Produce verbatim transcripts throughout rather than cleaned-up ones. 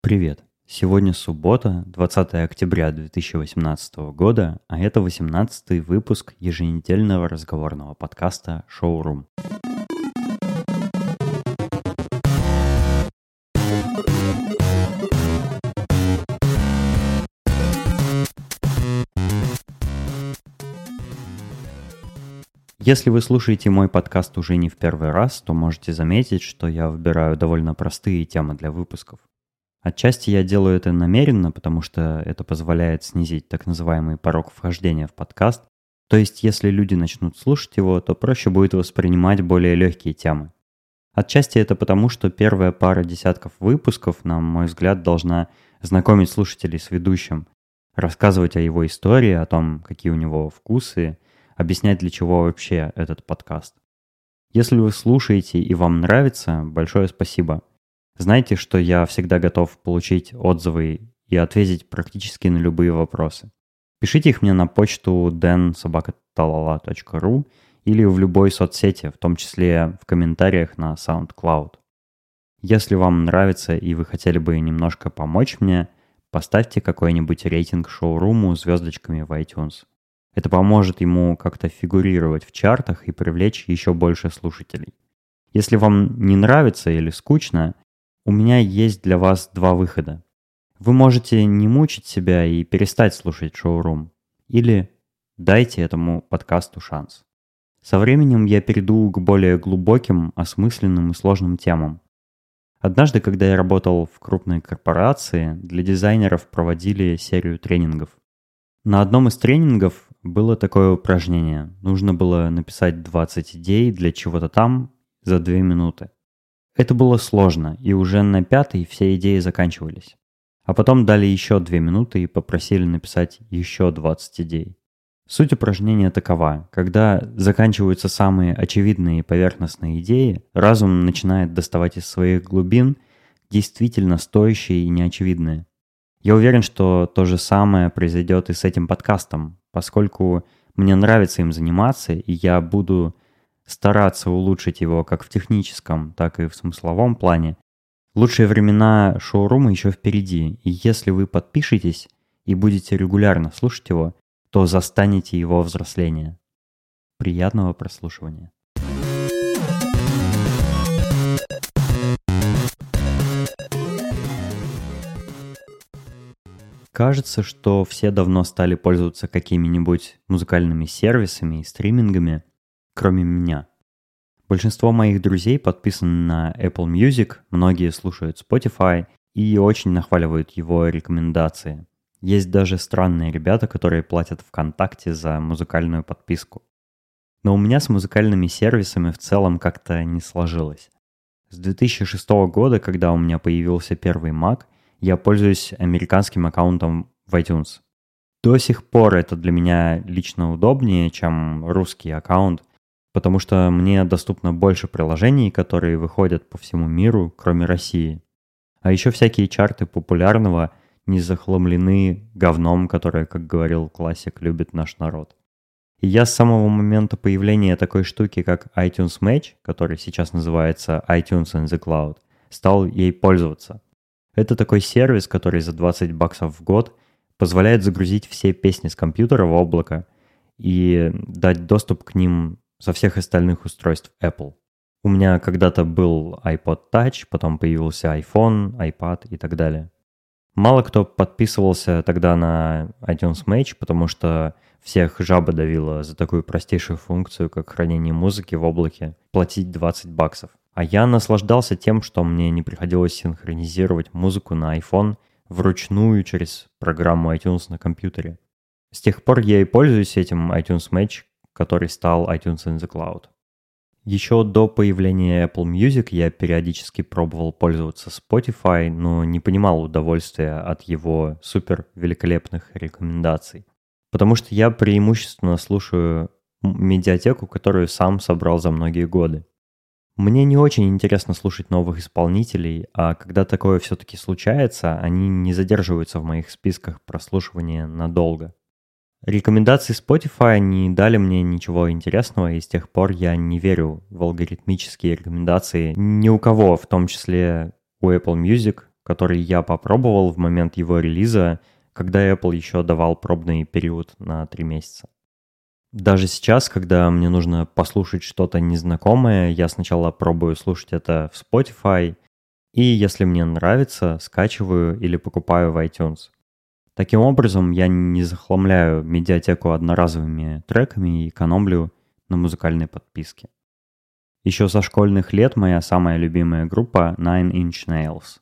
Привет! Сегодня суббота, двадцатое октября две тысячи восемнадцатого года, а это восемнадцатый выпуск еженедельного разговорного подкаста «Шоурум». Если вы слушаете мой подкаст уже не в первый раз, то можете заметить, что я выбираю довольно простые темы для выпусков. Отчасти я делаю это намеренно, потому что это позволяет снизить так называемый порог вхождения в подкаст. То есть, если люди начнут слушать его, то проще будет воспринимать более легкие темы. Отчасти это потому, что первая пара десятков выпусков, на мой взгляд, должна знакомить слушателей с ведущим, рассказывать о его истории, о том, какие у него вкусы, объяснять, для чего вообще этот подкаст. Если вы слушаете и вам нравится, большое спасибо. Знайте, что я всегда готов получить отзывы и ответить практически на любые вопросы. Пишите их мне на почту den собака талала точка ру или в любой соцсети, в том числе в комментариях на SoundCloud. Если вам нравится и вы хотели бы немножко помочь мне, поставьте какой-нибудь рейтинг шоуруму звездочками в iTunes. Это поможет ему как-то фигурировать в чартах и привлечь еще больше слушателей. Если вам не нравится или скучно, у меня есть для вас два выхода. Вы можете не мучить себя и перестать слушать шоурум. Или дайте этому подкасту шанс. Со временем я перейду к более глубоким, осмысленным и сложным темам. Однажды, когда я работал в крупной корпорации, для дизайнеров проводили серию тренингов. На одном из тренингов было такое упражнение. Нужно было написать двадцать идей для чего-то там за две минуты. Это было сложно, и уже на пятой все идеи заканчивались. А потом дали еще две минуты и попросили написать еще двадцать идей. Суть упражнения такова. Когда заканчиваются самые очевидные и поверхностные идеи, разум начинает доставать из своих глубин действительно стоящие и неочевидные. Я уверен, что то же самое произойдет и с этим подкастом, поскольку мне нравится им заниматься, и я буду стараться улучшить его как в техническом, так и в смысловом плане. Лучшие времена шоурума еще впереди, и если вы подпишетесь и будете регулярно слушать его, то застанете его взросление. Приятного прослушивания. Кажется, что все давно стали пользоваться какими-нибудь музыкальными сервисами и стримингами, кроме меня. Большинство моих друзей подписаны на Apple Music, многие слушают Spotify и очень нахваливают его рекомендации. Есть даже странные ребята, которые платят ВКонтакте за музыкальную подписку. Но у меня с музыкальными сервисами в целом как-то не сложилось. С две тысячи шестого года, когда у меня появился первый Mac, я пользуюсь американским аккаунтом в iTunes. До сих пор это для меня лично удобнее, чем русский аккаунт, потому что мне доступно больше приложений, которые выходят по всему миру, кроме России. А еще всякие чарты популярного не захламлены говном, которое, как говорил классик, любит наш народ. И я с самого момента появления такой штуки, как iTunes Match, который сейчас называется iTunes in the Cloud, стал ей пользоваться. Это такой сервис, который за двадцать баксов в год позволяет загрузить все песни с компьютера в облако и дать доступ к ним со всех остальных устройств Apple. У меня когда-то был iPod Touch, потом появился iPhone, iPad и так далее. Мало кто подписывался тогда на iTunes Match, потому что всех жаба давила за такую простейшую функцию, как хранение музыки в облаке, платить двадцать баксов. А я наслаждался тем, что мне не приходилось синхронизировать музыку на iPhone вручную через программу iTunes на компьютере. С тех пор я и пользуюсь этим iTunes Match, который стал iTunes in the Cloud. Еще до появления Apple Music я периодически пробовал пользоваться Spotify, но не понимал удовольствия от его супер великолепных рекомендаций. Потому что я преимущественно слушаю медиатеку, которую сам собрал за многие годы. Мне не очень интересно слушать новых исполнителей, а когда такое все-таки случается, они не задерживаются в моих списках прослушивания надолго. Рекомендации Spotify не дали мне ничего интересного, и с тех пор я не верю в алгоритмические рекомендации ни у кого, в том числе у Apple Music, который я попробовал в момент его релиза, когда Apple еще давал пробный период на три месяца. Даже сейчас, когда мне нужно послушать что-то незнакомое, я сначала пробую слушать это в Spotify, и если мне нравится, скачиваю или покупаю в iTunes. Таким образом, я не захламляю медиатеку одноразовыми треками и экономлю на музыкальной подписке. Еще со школьных лет моя самая любимая группа Nine Inch Nails.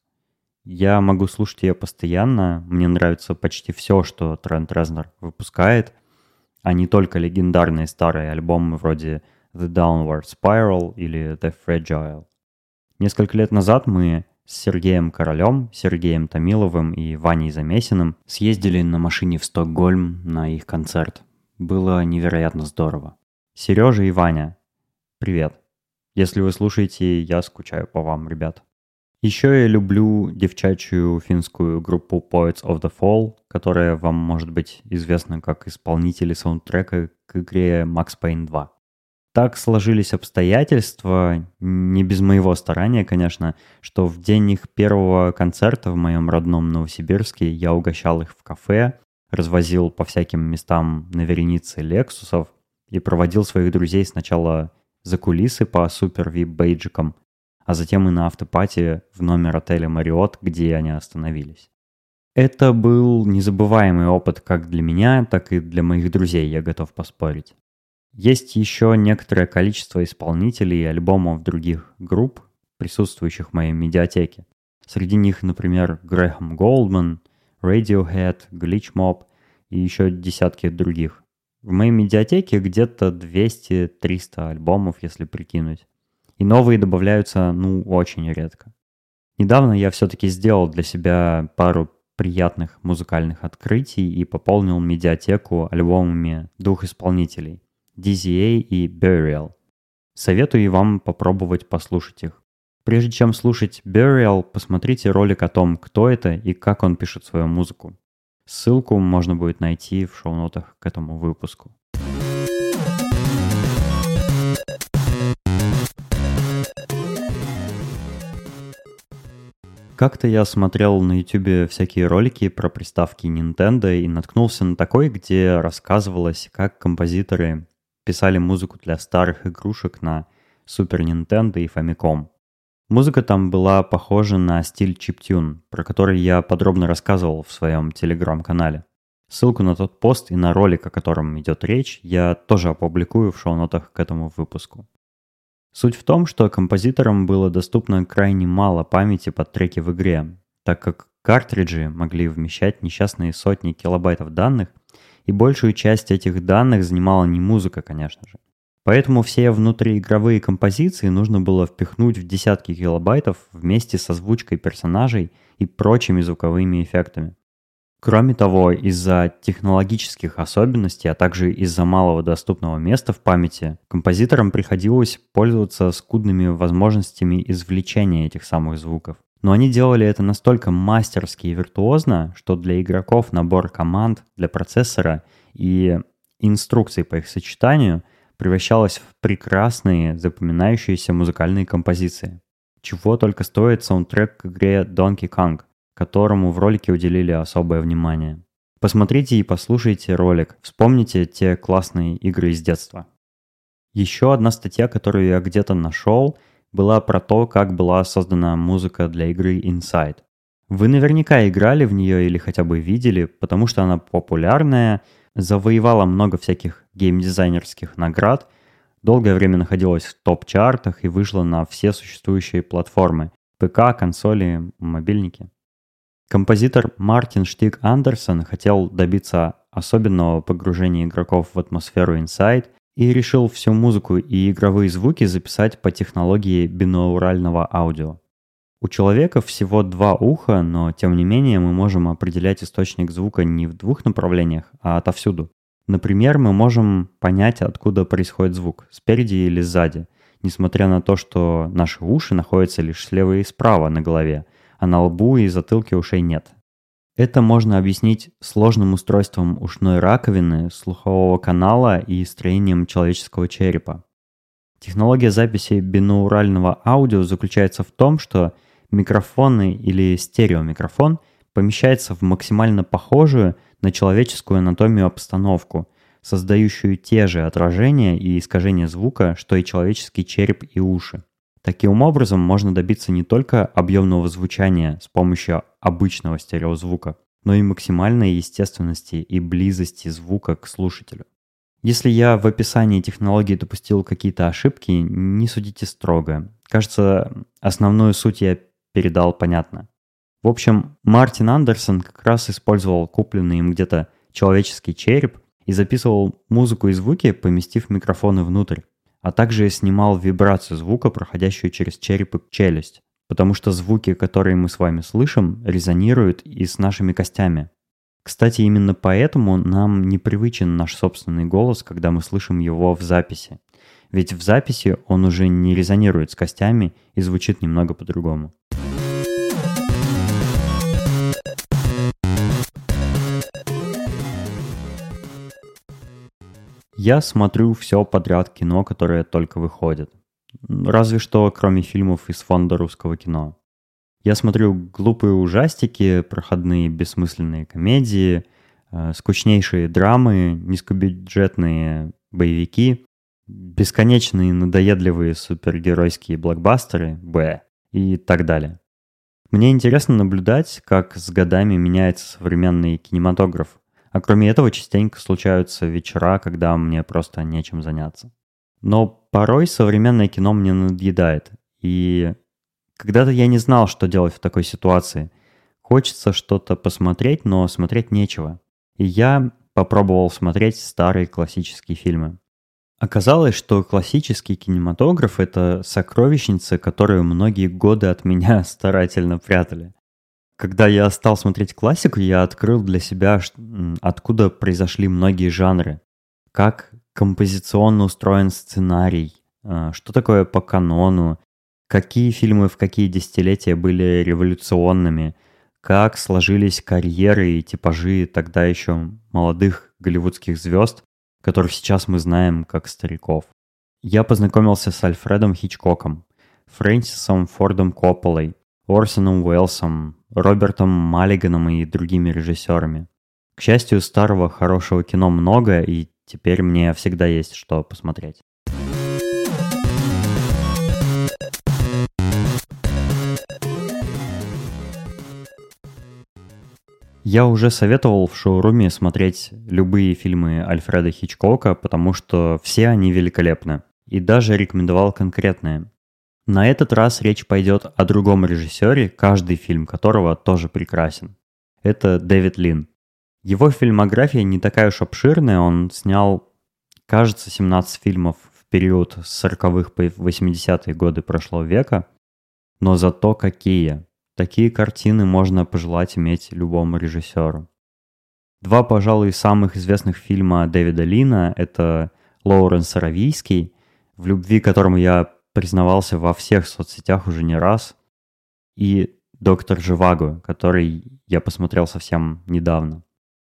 Я могу слушать ее постоянно, мне нравится почти все, что Трент Резнор выпускает, а не только легендарные старые альбомы вроде The Downward Spiral или The Fragile. Несколько лет назад мы с Сергеем Королем, Сергеем Томиловым и Ваней Замесиным съездили на машине в Стокгольм на их концерт. Было невероятно здорово. Сережа и Ваня, привет. Если вы слушаете, я скучаю по вам, ребят. Еще я люблю девчачью финскую группу Poets of the Fall, которая вам может быть известна как исполнители саундтрека к игре Max Payne два. Так сложились обстоятельства, не без моего старания, конечно, что в день их первого концерта в моем родном Новосибирске я угощал их в кафе, развозил по всяким местам на веренице лексусов и проводил своих друзей сначала за кулисы по супер-вип-бейджикам, а затем и на автопати в номер отеля Marriott, где они остановились. Это был незабываемый опыт как для меня, так и для моих друзей, я готов поспорить. Есть еще некоторое количество исполнителей и альбомов других групп, присутствующих в моей медиатеке. Среди них, например, Грэхэм Голдман, Radiohead, Glitch Mob и еще десятки других. В моей медиатеке где-то двести-триста альбомов, если прикинуть. И новые добавляются, ну, очень редко. Недавно я все-таки сделал для себя пару приятных музыкальных открытий и пополнил медиатеку альбомами двух исполнителей – ди зет эй и Burial. Советую и вам попробовать послушать их. Прежде чем слушать Burial, посмотрите ролик о том, кто это и как он пишет свою музыку. Ссылку можно будет найти в шоу-нотах к этому выпуску. Как-то я смотрел на YouTube всякие ролики про приставки Nintendo и наткнулся на такой, где рассказывалось, как композиторы писали музыку для старых игрушек на Super Nintendo и Famicom. Музыка там была похожа на стиль чиптюн, про который я подробно рассказывал в своем телеграм-канале. Ссылку на тот пост и на ролик, о котором идет речь, я тоже опубликую в шоу-нотах к этому выпуску. Суть в том, что композиторам было доступно крайне мало памяти под треки в игре, так как картриджи могли вмещать несчастные сотни килобайтов данных, и большую часть этих данных занимала не музыка, конечно же. Поэтому все внутриигровые композиции нужно было впихнуть в десятки килобайтов вместе с озвучкой персонажей и прочими звуковыми эффектами. Кроме того, из-за технологических особенностей, а также из-за малого доступного места в памяти, композиторам приходилось пользоваться скудными возможностями извлечения этих самых звуков. Но они делали это настолько мастерски и виртуозно, что для игроков набор команд для процессора и инструкций по их сочетанию превращалось в прекрасные запоминающиеся музыкальные композиции. Чего только стоит саундтрек к игре Donkey Kong, которому в ролике уделили особое внимание. Посмотрите и послушайте ролик, вспомните те классные игры из детства. Еще одна статья, которую я где-то нашел, была про то, как была создана музыка для игры Inside. Вы наверняка играли в нее или хотя бы видели, потому что она популярная, завоевала много всяких геймдизайнерских наград, долгое время находилась в топ-чартах и вышла на все существующие платформы – ПК, консоли, мобильники. Композитор Мартин Штик Андерсон хотел добиться особенного погружения игроков в атмосферу Inside и решил всю музыку и игровые звуки записать по технологии бинаурального аудио. У человека всего два уха, но тем не менее мы можем определять источник звука не в двух направлениях, а отовсюду. Например, мы можем понять, откуда происходит звук, спереди или сзади, несмотря на то, что наши уши находятся лишь слева и справа на голове, а на лбу и затылке ушей нет. Это можно объяснить сложным устройством ушной раковины, слухового канала и строением человеческого черепа. Технология записи бинаурального аудио заключается в том, что Микрофон или стереомикрофон помещается в максимально похожую на человеческую анатомию обстановку, создающую те же отражения и искажения звука, что и человеческий череп и уши. Таким образом, можно добиться не только объемного звучания с помощью обычного стереозвука, но и максимальной естественности и близости звука к слушателю. Если я в описании технологии допустил какие-то ошибки, не судите строго. Кажется, основную суть я передал понятно. В общем, Мартин Андерсон как раз использовал купленный им где-то человеческий череп и записывал музыку и звуки, поместив микрофоны внутрь, а также снимал вибрацию звука, проходящую через череп и челюсть, потому что звуки, которые мы с вами слышим, резонируют и с нашими костями. Кстати, именно поэтому нам непривычен наш собственный голос, когда мы слышим его в записи. Ведь в записи он уже не резонирует с костями и звучит немного по-другому. Я смотрю все подряд кино, которое только выходит. Разве что кроме фильмов из фонда русского кино. Я смотрю глупые ужастики, проходные бессмысленные комедии, э, скучнейшие драмы, низкобюджетные боевики, бесконечные надоедливые супергеройские блокбастеры, б, и так далее. Мне интересно наблюдать, как с годами меняется современный кинематограф, а кроме этого частенько случаются вечера, когда мне просто нечем заняться. Но порой современное кино мне надоедает, и когда-то я не знал, что делать в такой ситуации. Хочется что-то посмотреть, но смотреть нечего. И я попробовал смотреть старые классические фильмы. Оказалось, что классический кинематограф — это сокровищница, которую многие годы от меня старательно прятали. Когда я стал смотреть классику, я открыл для себя, откуда произошли многие жанры, как композиционно устроен сценарий, что такое по канону, какие фильмы в какие десятилетия были революционными, как сложились карьеры и типажи тогда еще молодых голливудских звезд, которых сейчас мы знаем как стариков. Я познакомился с Альфредом Хичкоком, Фрэнсисом Фордом Копполой, Орсоном Уэллсом, Робертом Маллиганом и другими режиссерами. К счастью, старого хорошего кино много, и теперь мне всегда есть что посмотреть. Я уже советовал в шоуруме смотреть любые фильмы Альфреда Хичкока, потому что все они великолепны, и даже рекомендовал конкретные. На этот раз речь пойдет о другом режиссере, каждый фильм которого тоже прекрасен. Это Дэвид Лин. Его фильмография не такая уж обширная, он снял, кажется, семнадцать фильмов в период с сороковых по восьмидесятые годы прошлого века, но зато какие! Такие картины можно пожелать иметь любому режиссеру. Два, пожалуй, самых известных фильма Дэвида Лина — это «Лоуренс Аравийский», в любви к которому я признавался во всех соцсетях уже не раз, и «Доктор Живаго», который я посмотрел совсем недавно.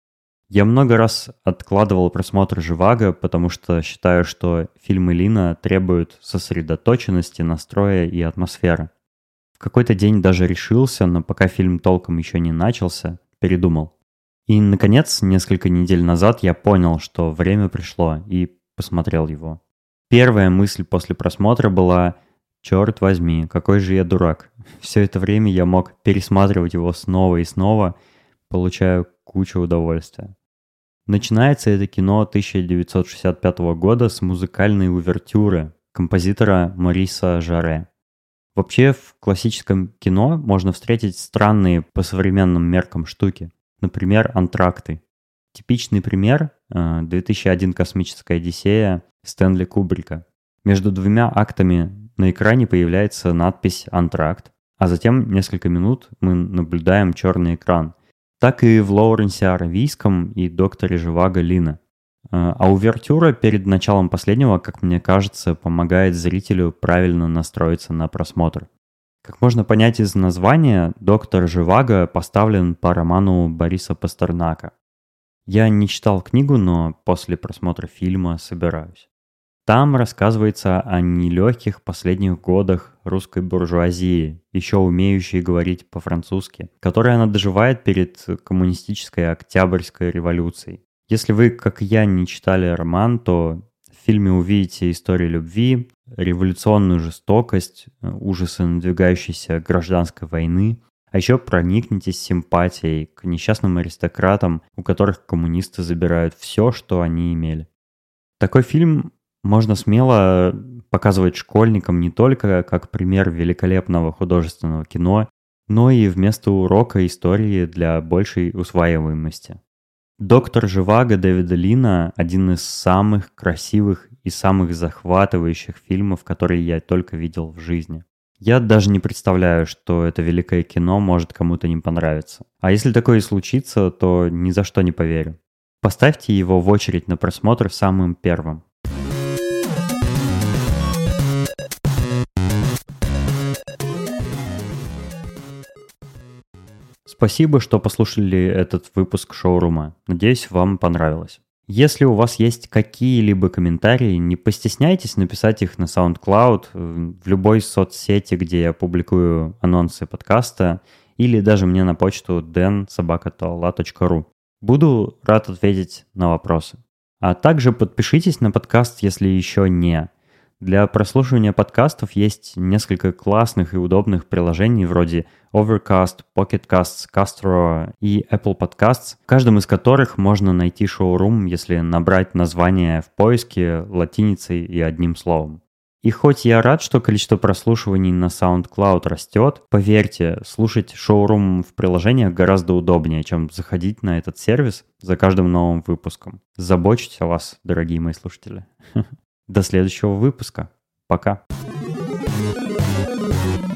Я много раз откладывал просмотр «Живаго», потому что считаю, что фильмы Лина требуют сосредоточенности, настроя и атмосферы. В какой-то день даже решился, но пока фильм толком еще не начался, передумал. И, наконец, несколько недель назад я понял, что время пришло, и посмотрел его. Первая мысль после просмотра была: «Черт возьми, какой же я дурак». Все это время я мог пересматривать его снова и снова, получая кучу удовольствия. Начинается это кино тысяча девятьсот шестьдесят пятого года с музыкальной увертюры композитора Мориса Жарре. Вообще в классическом кино можно встретить странные по современным меркам штуки. Например, антракты. Типичный пример — две тысячи один «Космическая Одиссея» Стэнли Кубрика. Между двумя актами на экране появляется надпись «Антракт», а затем несколько минут мы наблюдаем черный экран. Так и в «Лоуренсе Аравийском» и «Докторе Живаго» Лина. А увертюра перед началом последнего, как мне кажется, помогает зрителю правильно настроиться на просмотр. Как можно понять из названия, «Доктор Живаго» поставлен по роману Бориса Пастернака. Я не читал книгу, но после просмотра фильма собираюсь. Там рассказывается о нелегких последних годах русской буржуазии, еще умеющей говорить по-французски, которой она доживает перед коммунистической Октябрьской революцией. Если вы, как я, не читали роман, то в фильме увидите историю любви, революционную жестокость, ужасы надвигающейся гражданской войны, а еще проникнетесь симпатией к несчастным аристократам, у которых коммунисты забирают все, что они имели. Такой фильм можно смело показывать школьникам не только как пример великолепного художественного кино, но и вместо урока истории для большей усваиваемости. «Доктор Живаго» Дэвида Лина – один из самых красивых и самых захватывающих фильмов, которые я только видел в жизни. Я даже не представляю, что это великое кино может кому-то не понравиться. А если такое и случится, то ни за что не поверю. Поставьте его в очередь на просмотр самым первым. Спасибо, что послушали этот выпуск шоурума. Надеюсь, вам понравилось. Если у вас есть какие-либо комментарии, не постесняйтесь написать их на SoundCloud, в любой соцсети, где я публикую анонсы подкаста, или даже мне на почту дэн собака туала точка ру. Буду рад ответить на вопросы. А также подпишитесь на подкаст, если еще не. Для прослушивания подкастов есть несколько классных и удобных приложений вроде Overcast, Pocket Casts, Castro и Apple Podcasts, в каждом из которых можно найти шоурум, если набрать название в поиске латиницей и одним словом. И хоть я рад, что количество прослушиваний на SoundCloud растет, поверьте, слушать шоурум в приложениях гораздо удобнее, чем заходить на этот сервис за каждым новым выпуском. Забочусь о вас, дорогие мои слушатели. До следующего выпуска. Пока.